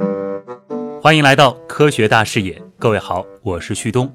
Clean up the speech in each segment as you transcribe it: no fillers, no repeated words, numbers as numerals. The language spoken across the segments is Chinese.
欢迎来到科学大视野，各位好，我是旭东。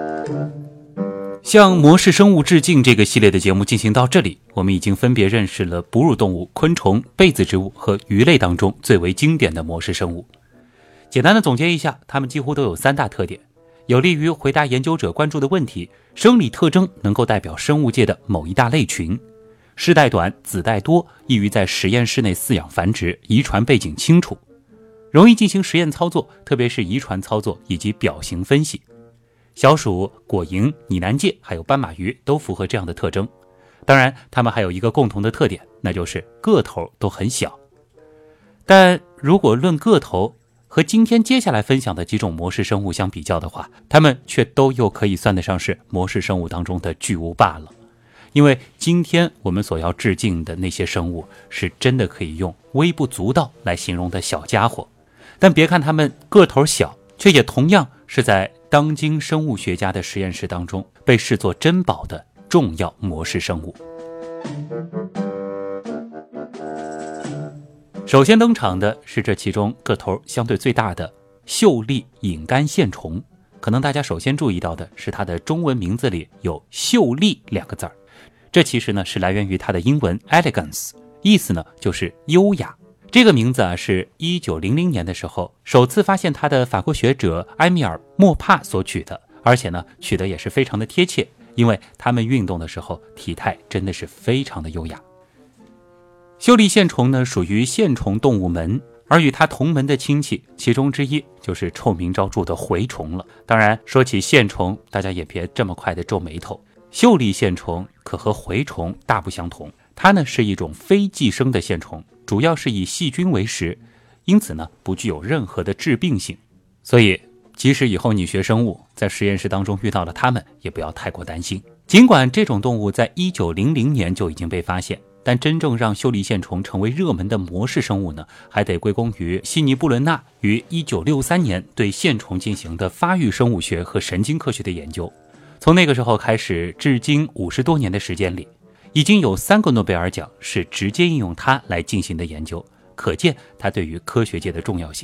向模式生物致敬这个系列的节目进行到这里，我们已经分别认识了哺乳动物、昆虫、被子植物和鱼类当中最为经典的模式生物。简单的总结一下，它们几乎都有3大特点，有利于回答研究者关注的问题，生理特征能够代表生物界的某一大类群，世代短、子代多，易于在实验室内饲养繁殖，遗传背景清楚，容易进行实验操作，特别是遗传操作以及表型分析。小鼠、果蝇、拟南芥还有斑马鱼都符合这样的特征。当然，它们还有一个共同的特点，那就是个头都很小。但如果论个头，和今天接下来分享的几种模式生物相比较的话，它们却都又可以算得上是模式生物当中的巨无霸了。因为今天我们所要致敬的那些生物，是真的可以用微不足道来形容的小家伙。但别看它们个头小，却也同样是在当今生物学家的实验室当中被视作珍宝的重要模式生物。首先登场的是这其中个头相对最大的秀丽隐杆线虫。可能大家首先注意到的是它的中文名字里有秀丽2个字儿，这其实呢是来源于它的英文 elegance， 意思呢就是优雅。这个名字是1900年的时候首次发现它的法国学者埃米尔·莫帕所取的，而且呢取得也是非常的贴切，因为它们运动的时候体态真的是非常的优雅。秀丽线虫呢属于线虫动物门，而与它同门的亲戚其中之一就是臭名昭著的蛔虫了。当然说起线虫，大家也别这么快的皱眉头，秀丽线虫可和蛔虫大不相同，它呢是一种非寄生的线虫，主要是以细菌为食，因此呢不具有任何的致病性。所以即使以后你学生物，在实验室当中遇到了它们，也不要太过担心。尽管这种动物在1900年就已经被发现，但真正让秀丽线虫成为热门的模式生物呢，还得归功于悉尼·布伦纳于1963年对线虫进行的发育生物学和神经科学的研究。从那个时候开始，至今50多年的时间里，已经有3个诺贝尔奖是直接应用它来进行的研究，可见它对于科学界的重要性。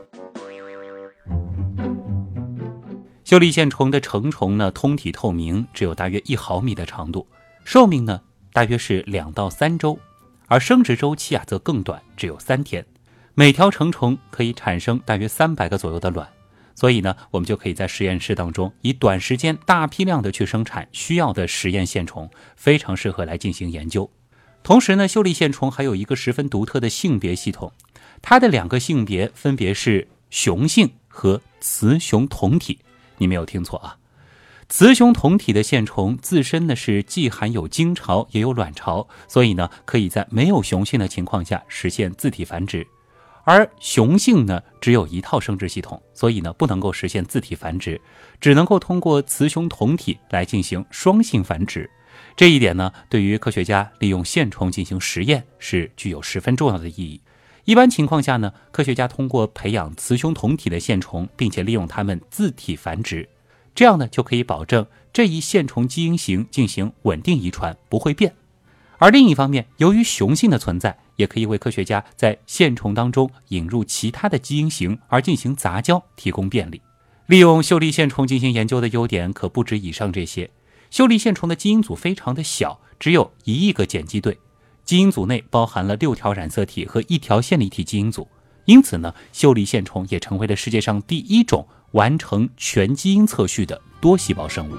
秀丽线虫的成虫呢，通体透明，只有大约1毫米的长度，寿命呢大约是2到3周，而生殖周期则更短，只有3天。每条成虫可以产生大约300个左右的卵，所以呢，我们就可以在实验室当中以短时间大批量的去生产需要的实验线虫，非常适合来进行研究。同时呢，秀丽线虫还有一个十分独特的性别系统，它的2个性别分别是雄性和雌雄同体。你没有听错啊，雌雄同体的线虫自身呢是既含有精巢也有卵巢，所以呢可以在没有雄性的情况下实现自体繁殖。而雄性呢只有一套生殖系统，所以呢不能够实现自体繁殖，只能够通过雌雄同体来进行双性繁殖。这一点呢对于科学家利用线虫进行实验是具有十分重要的意义。一般情况下呢，科学家通过培养雌雄同体的线虫，并且利用它们自体繁殖，这样呢就可以保证这一线虫基因型进行稳定遗传，不会变。而另一方面，由于雄性的存在，也可以为科学家在线虫当中引入其他的基因型而进行杂交提供便利。利用秀丽线虫进行研究的优点可不止以上这些。秀丽线虫的基因组非常的小，只有1亿个碱基对，基因组内包含了6条染色体和1条线粒体基因组，因此呢，秀丽线虫也成为了世界上第1种完成全基因测序的多细胞生物。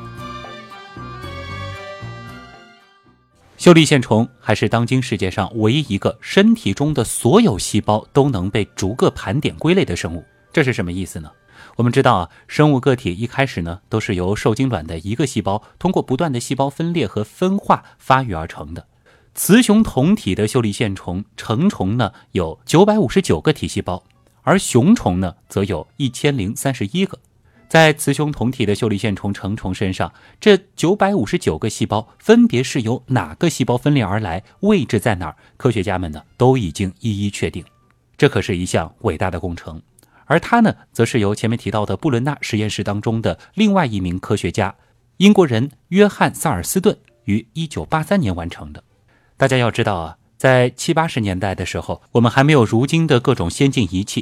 秀丽线虫还是当今世界上唯一一个身体中的所有细胞都能被逐个盘点归类的生物。这是什么意思呢？我们知道生物个体一开始呢都是由受精卵的1个细胞通过不断的细胞分裂和分化发育而成的。雌雄同体的秀丽线虫成虫呢有959个体细胞，而雄虫呢则有1031个。在雌雄同体的秀丽线虫成虫身上，这959个细胞分别是由哪个细胞分裂而来，位置在哪儿，科学家们呢都已经一一确定。这可是一项伟大的工程。而它呢则是由前面提到的布伦纳实验室当中的另外一名科学家英国人约翰·萨尔斯顿于1983年完成的。大家要知道在70、80年代的时候，我们还没有如今的各种先进仪器，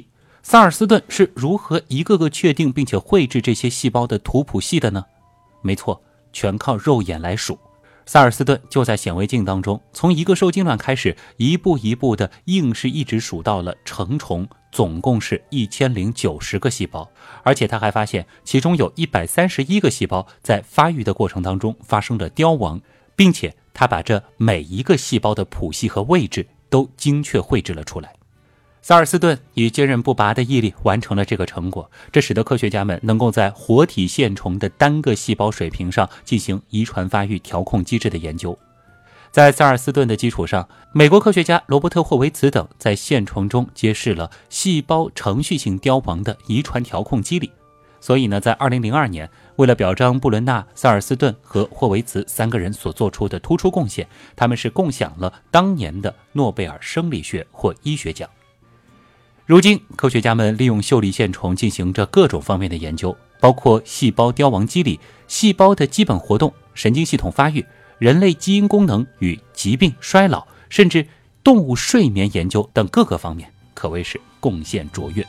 萨尔斯顿是如何一个个确定并且绘制这些细胞的图谱系的呢？没错，全靠肉眼来数。萨尔斯顿就在显微镜当中，从一个受精卵开始，一步一步的硬是一直数到了成虫，总共是1090个细胞。而且他还发现，其中有131个细胞在发育的过程当中发生了凋亡，并且他把这每一个细胞的谱系和位置都精确绘制了出来。萨尔斯顿以坚韧不拔的毅力完成了这个成果，这使得科学家们能够在活体线虫的单个细胞水平上进行遗传发育调控机制的研究。在萨尔斯顿的基础上，美国科学家罗伯特·霍维茨等在线虫中揭示了细胞程序性凋亡的遗传调控机理。所以呢，在2002年，为了表彰布伦纳、萨尔斯顿和霍维茨3个人所做出的突出贡献，他们是共享了当年的诺贝尔生理学或医学奖。如今，科学家们利用秀丽线虫进行着各种方面的研究，包括细胞凋亡机理、细胞的基本活动、神经系统发育、人类基因功能与疾病、衰老，甚至动物睡眠研究等各个方面，可谓是贡献卓越。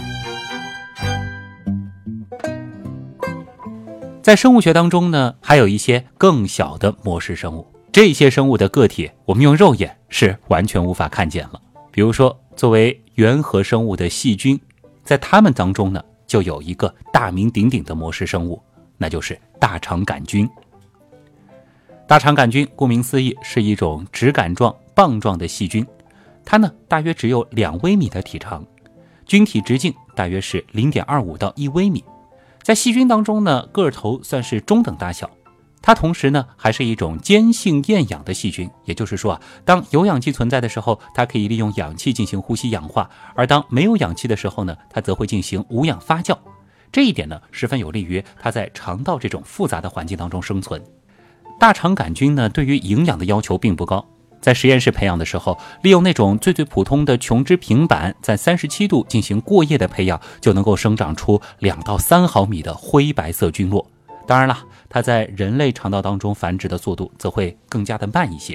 在生物学当中呢，还有一些更小的模式生物，这些生物的个体我们用肉眼是完全无法看见了。比如说，作为原核生物的细菌，在它们当中呢，就有一个大名鼎鼎的模式生物，那就是大肠杆菌。大肠杆菌顾名思义是一种直杆状、棒状的细菌，它呢大约只有2微米的体长，菌体直径大约是0.25到1微米。在细菌当中呢，个头算是中等大小。它同时呢还是一种间性厌氧的细菌，也就是说当有氧气存在的时候，它可以利用氧气进行呼吸氧化，而当没有氧气的时候呢，它则会进行无氧发酵。这一点呢十分有利于它在肠道这种复杂的环境当中生存。大肠杆菌呢对于营养的要求并不高，在实验室培养的时候，利用那种最普通的琼脂平板，在37度进行过夜的培养，就能够生长出2到3毫米的灰白色菌落。当然了，它在人类肠道当中繁殖的速度则会更加的慢一些。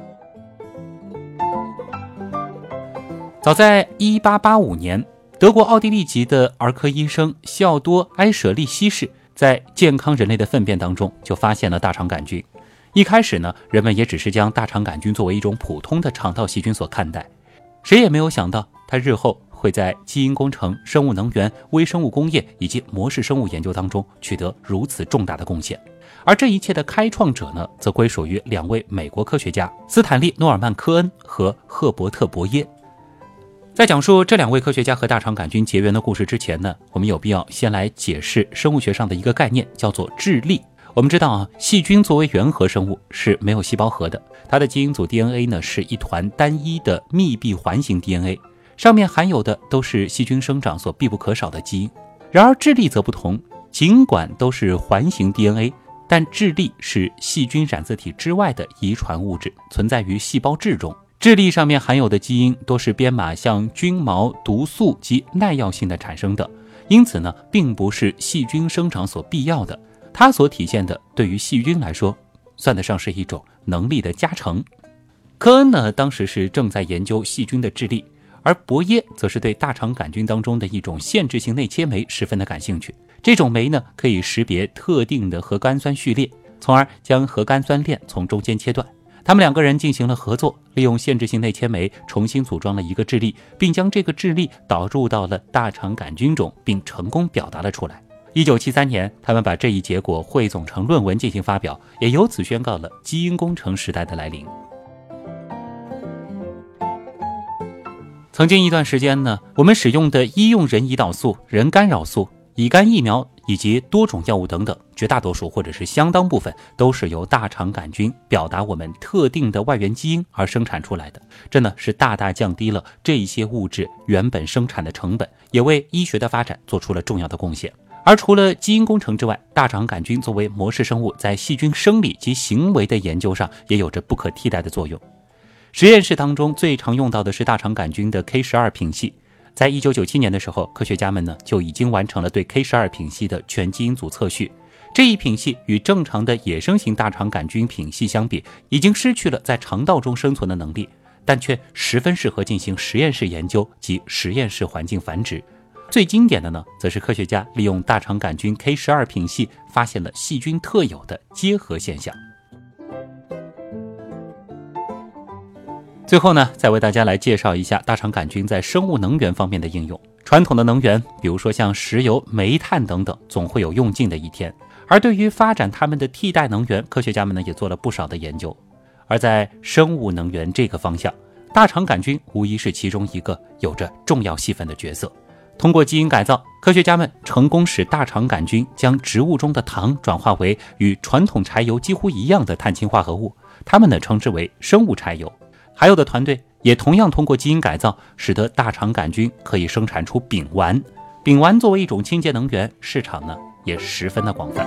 早在1885年，德国奥地利籍的儿科医生西奥多·埃舍利希氏在健康人类的粪便当中就发现了大肠杆菌。一开始呢，人们也只是将大肠杆菌作为一种普通的肠道细菌所看待，谁也没有想到它日后会在基因工程、生物能源、微生物工业以及模式生物研究当中取得如此重大的贡献。而这一切的开创者呢，则归属于2位美国科学家斯坦利·诺尔曼·科恩和赫伯特·伯耶。在讲述这2位科学家和大肠杆菌结缘的故事之前呢，我们有必要先来解释生物学上的一个概念，叫做质粒。我们知道细菌作为原核生物是没有细胞核的，它的基因组 DNA 呢是一团单一的密闭环形 DNA， 上面含有的都是细菌生长所必不可少的基因。然而质粒则不同，尽管都是环形 DNA， 但质粒是细菌染色体之外的遗传物质，存在于细胞质中。质粒上面含有的基因多是编码像菌毛、毒素及耐药性的产生的，因此呢，并不是细菌生长所必要的。它所体现的对于细菌来说，算得上是一种能力的加成。科恩呢，当时是正在研究细菌的质粒，而伯耶则是对大肠杆菌当中的一种限制性内切酶十分的感兴趣。这种酶呢，可以识别特定的核苷酸序列，从而将核苷酸链从中间切断。他们2个人进行了合作，利用限制性内切酶重新组装了一个质粒，并将这个质粒导入到了大肠杆菌中，并成功表达了出来。1973年，他们把这一结果汇总成论文进行发表，也由此宣告了基因工程时代的来临。曾经一段时间呢，我们使用的医用人胰岛素、人干扰素、乙肝疫苗以及多种药物等等，绝大多数或者是相当部分都是由大肠杆菌表达我们特定的外源基因而生产出来的。这呢是大大降低了这些物质原本生产的成本，也为医学的发展做出了重要的贡献。而除了基因工程之外，大肠杆菌作为模式生物，在细菌生理及行为的研究上也有着不可替代的作用。实验室当中最常用到的是大肠杆菌的 K12 品系。在1997年的时候，科学家们呢就已经完成了对 K12 品系的全基因组测序。这一品系与正常的野生型大肠杆菌品系相比，已经失去了在肠道中生存的能力，但却十分适合进行实验室研究及实验室环境繁殖。 最经典的呢，则是科学家利用大肠杆菌 K12 品系发现了细菌特有的结合现象。最后呢，再为大家来介绍一下大肠杆菌在生物能源方面的应用。传统的能源，比如说像石油、煤炭等等，总会有用尽的一天。而对于发展它们的替代能源，科学家们呢也做了不少的研究。而在生物能源这个方向，大肠杆菌无疑是其中一个有着重要戏份的角色。通过基因改造，科学家们成功使大肠杆菌将植物中的糖转化为与传统柴油几乎一样的碳氢化合物，它们呢称之为生物柴油。还有的团队也同样通过基因改造，使得大肠杆菌可以生产出丙烷。丙烷作为一种清洁能源，市场呢也十分的广泛。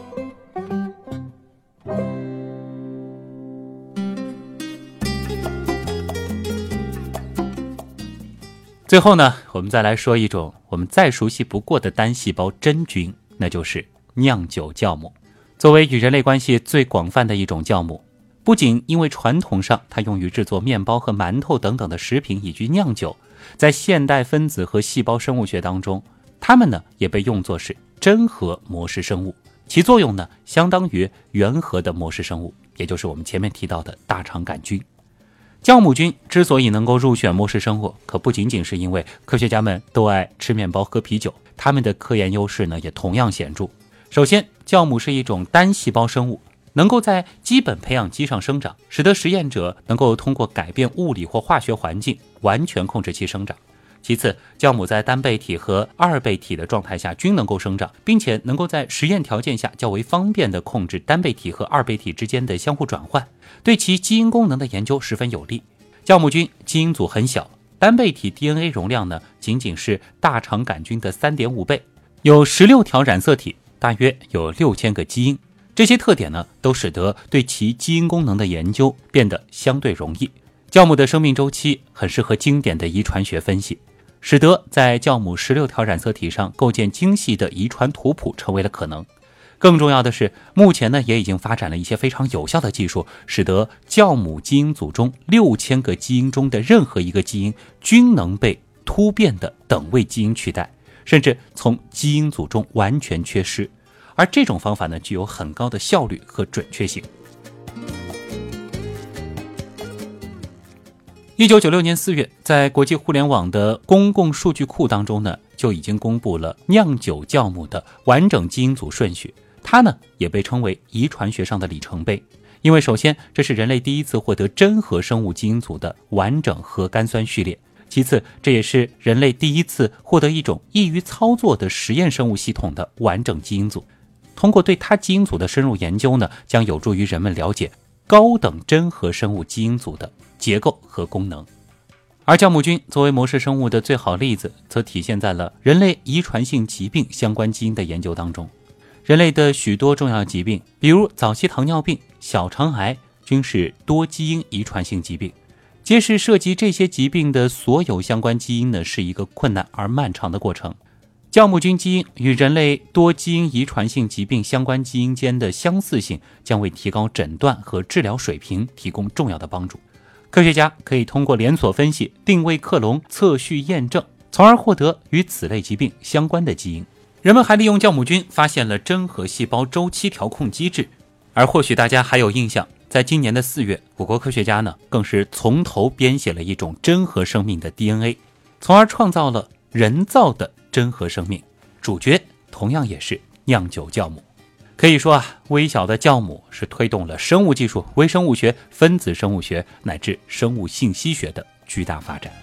最后呢，我们再来说一种我们再熟悉不过的单细胞真菌，那就是酿酒酵母。作为与人类关系最广泛的一种酵母，不仅因为传统上它用于制作面包和馒头等等的食品以及酿酒，在现代分子和细胞生物学当中，它们呢也被用作是真核模式生物，其作用呢相当于原核的模式生物，也就是我们前面提到的大肠杆菌。酵母菌之所以能够入选模式生物，可不仅仅是因为科学家们都爱吃面包喝啤酒，它们的科研优势呢也同样显著。首先，酵母是一种单细胞生物，能够在基本培养基上生长，使得实验者能够通过改变物理或化学环境完全控制其生长。其次，酵母在单倍体和二倍体的状态下均能够生长，并且能够在实验条件下较为方便地控制单倍体和二倍体之间的相互转换，对其基因功能的研究十分有利。酵母菌基因组很小，单倍体 DNA 容量呢仅仅是大肠杆菌的 3.5 倍，有16条染色体，大约有6000个基因。这些特点呢都使得对其基因功能的研究变得相对容易。酵母的生命周期很适合经典的遗传学分析，使得在酵母16条染色体上构建精细的遗传图谱成为了可能。更重要的是，目前呢也已经发展了一些非常有效的技术，使得酵母基因组中6000个基因中的任何一个基因均能被突变的等位基因取代，甚至从基因组中完全缺失。而这种方法呢具有很高的效率和准确性。1996年4月，在国际互联网的公共数据库当中呢，就已经公布了酿酒酵母的完整基因组顺序。它呢也被称为遗传学上的里程碑，因为首先这是人类第一次获得真核生物基因组的完整核苷酸序列，其次这也是人类第一次获得一种易于操作的实验生物系统的完整基因组。通过对它基因组的深入研究呢，将有助于人们了解高等真核生物基因组的结构和功能。而酵母菌作为模式生物的最好例子，则体现在了人类遗传性疾病相关基因的研究当中。人类的许多重要疾病，比如早期糖尿病、小肠癌，均是多基因遗传性疾病。揭示涉及这些疾病的所有相关基因呢，是一个困难而漫长的过程。酵母菌基因与人类多基因遗传性疾病相关基因间的相似性，将为提高诊断和治疗水平提供重要的帮助。科学家可以通过连锁分析、定位克隆、测序验证，从而获得与此类疾病相关的基因。人们还利用酵母菌发现了真核细胞周期调控机制。而或许大家还有印象，在今年的4月，我国科学家呢更是从头编写了一种真核生命的 DNA， 从而创造了人造的真核生命，主角同样也是酿酒酵母。可以说啊，微小的酵母是推动了生物技术、微生物学、分子生物学乃至生物信息学的巨大发展。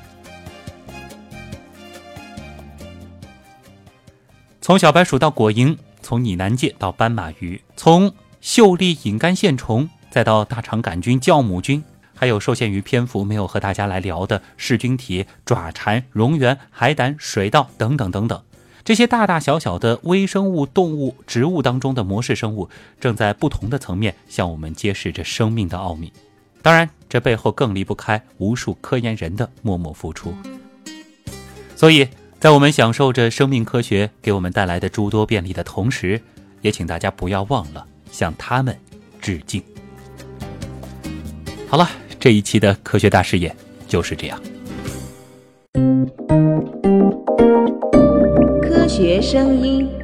从小白鼠到果蝇，从拟南芥到斑马鱼，从秀丽隐肝线虫再到大肠杆菌、酵母菌，还有受限于篇幅没有和大家来聊的噬菌体、爪蝉、蝾螈、海胆、水稻等等等等，这些大大小小的微生物、动物、植物当中的模式生物，正在不同的层面向我们揭示着生命的奥秘。当然，这背后更离不开无数科研人的默默付出。所以在我们享受着生命科学给我们带来的诸多便利的同时，也请大家不要忘了向他们致敬。好了，这一期的科学大视野就是这样。 学声音。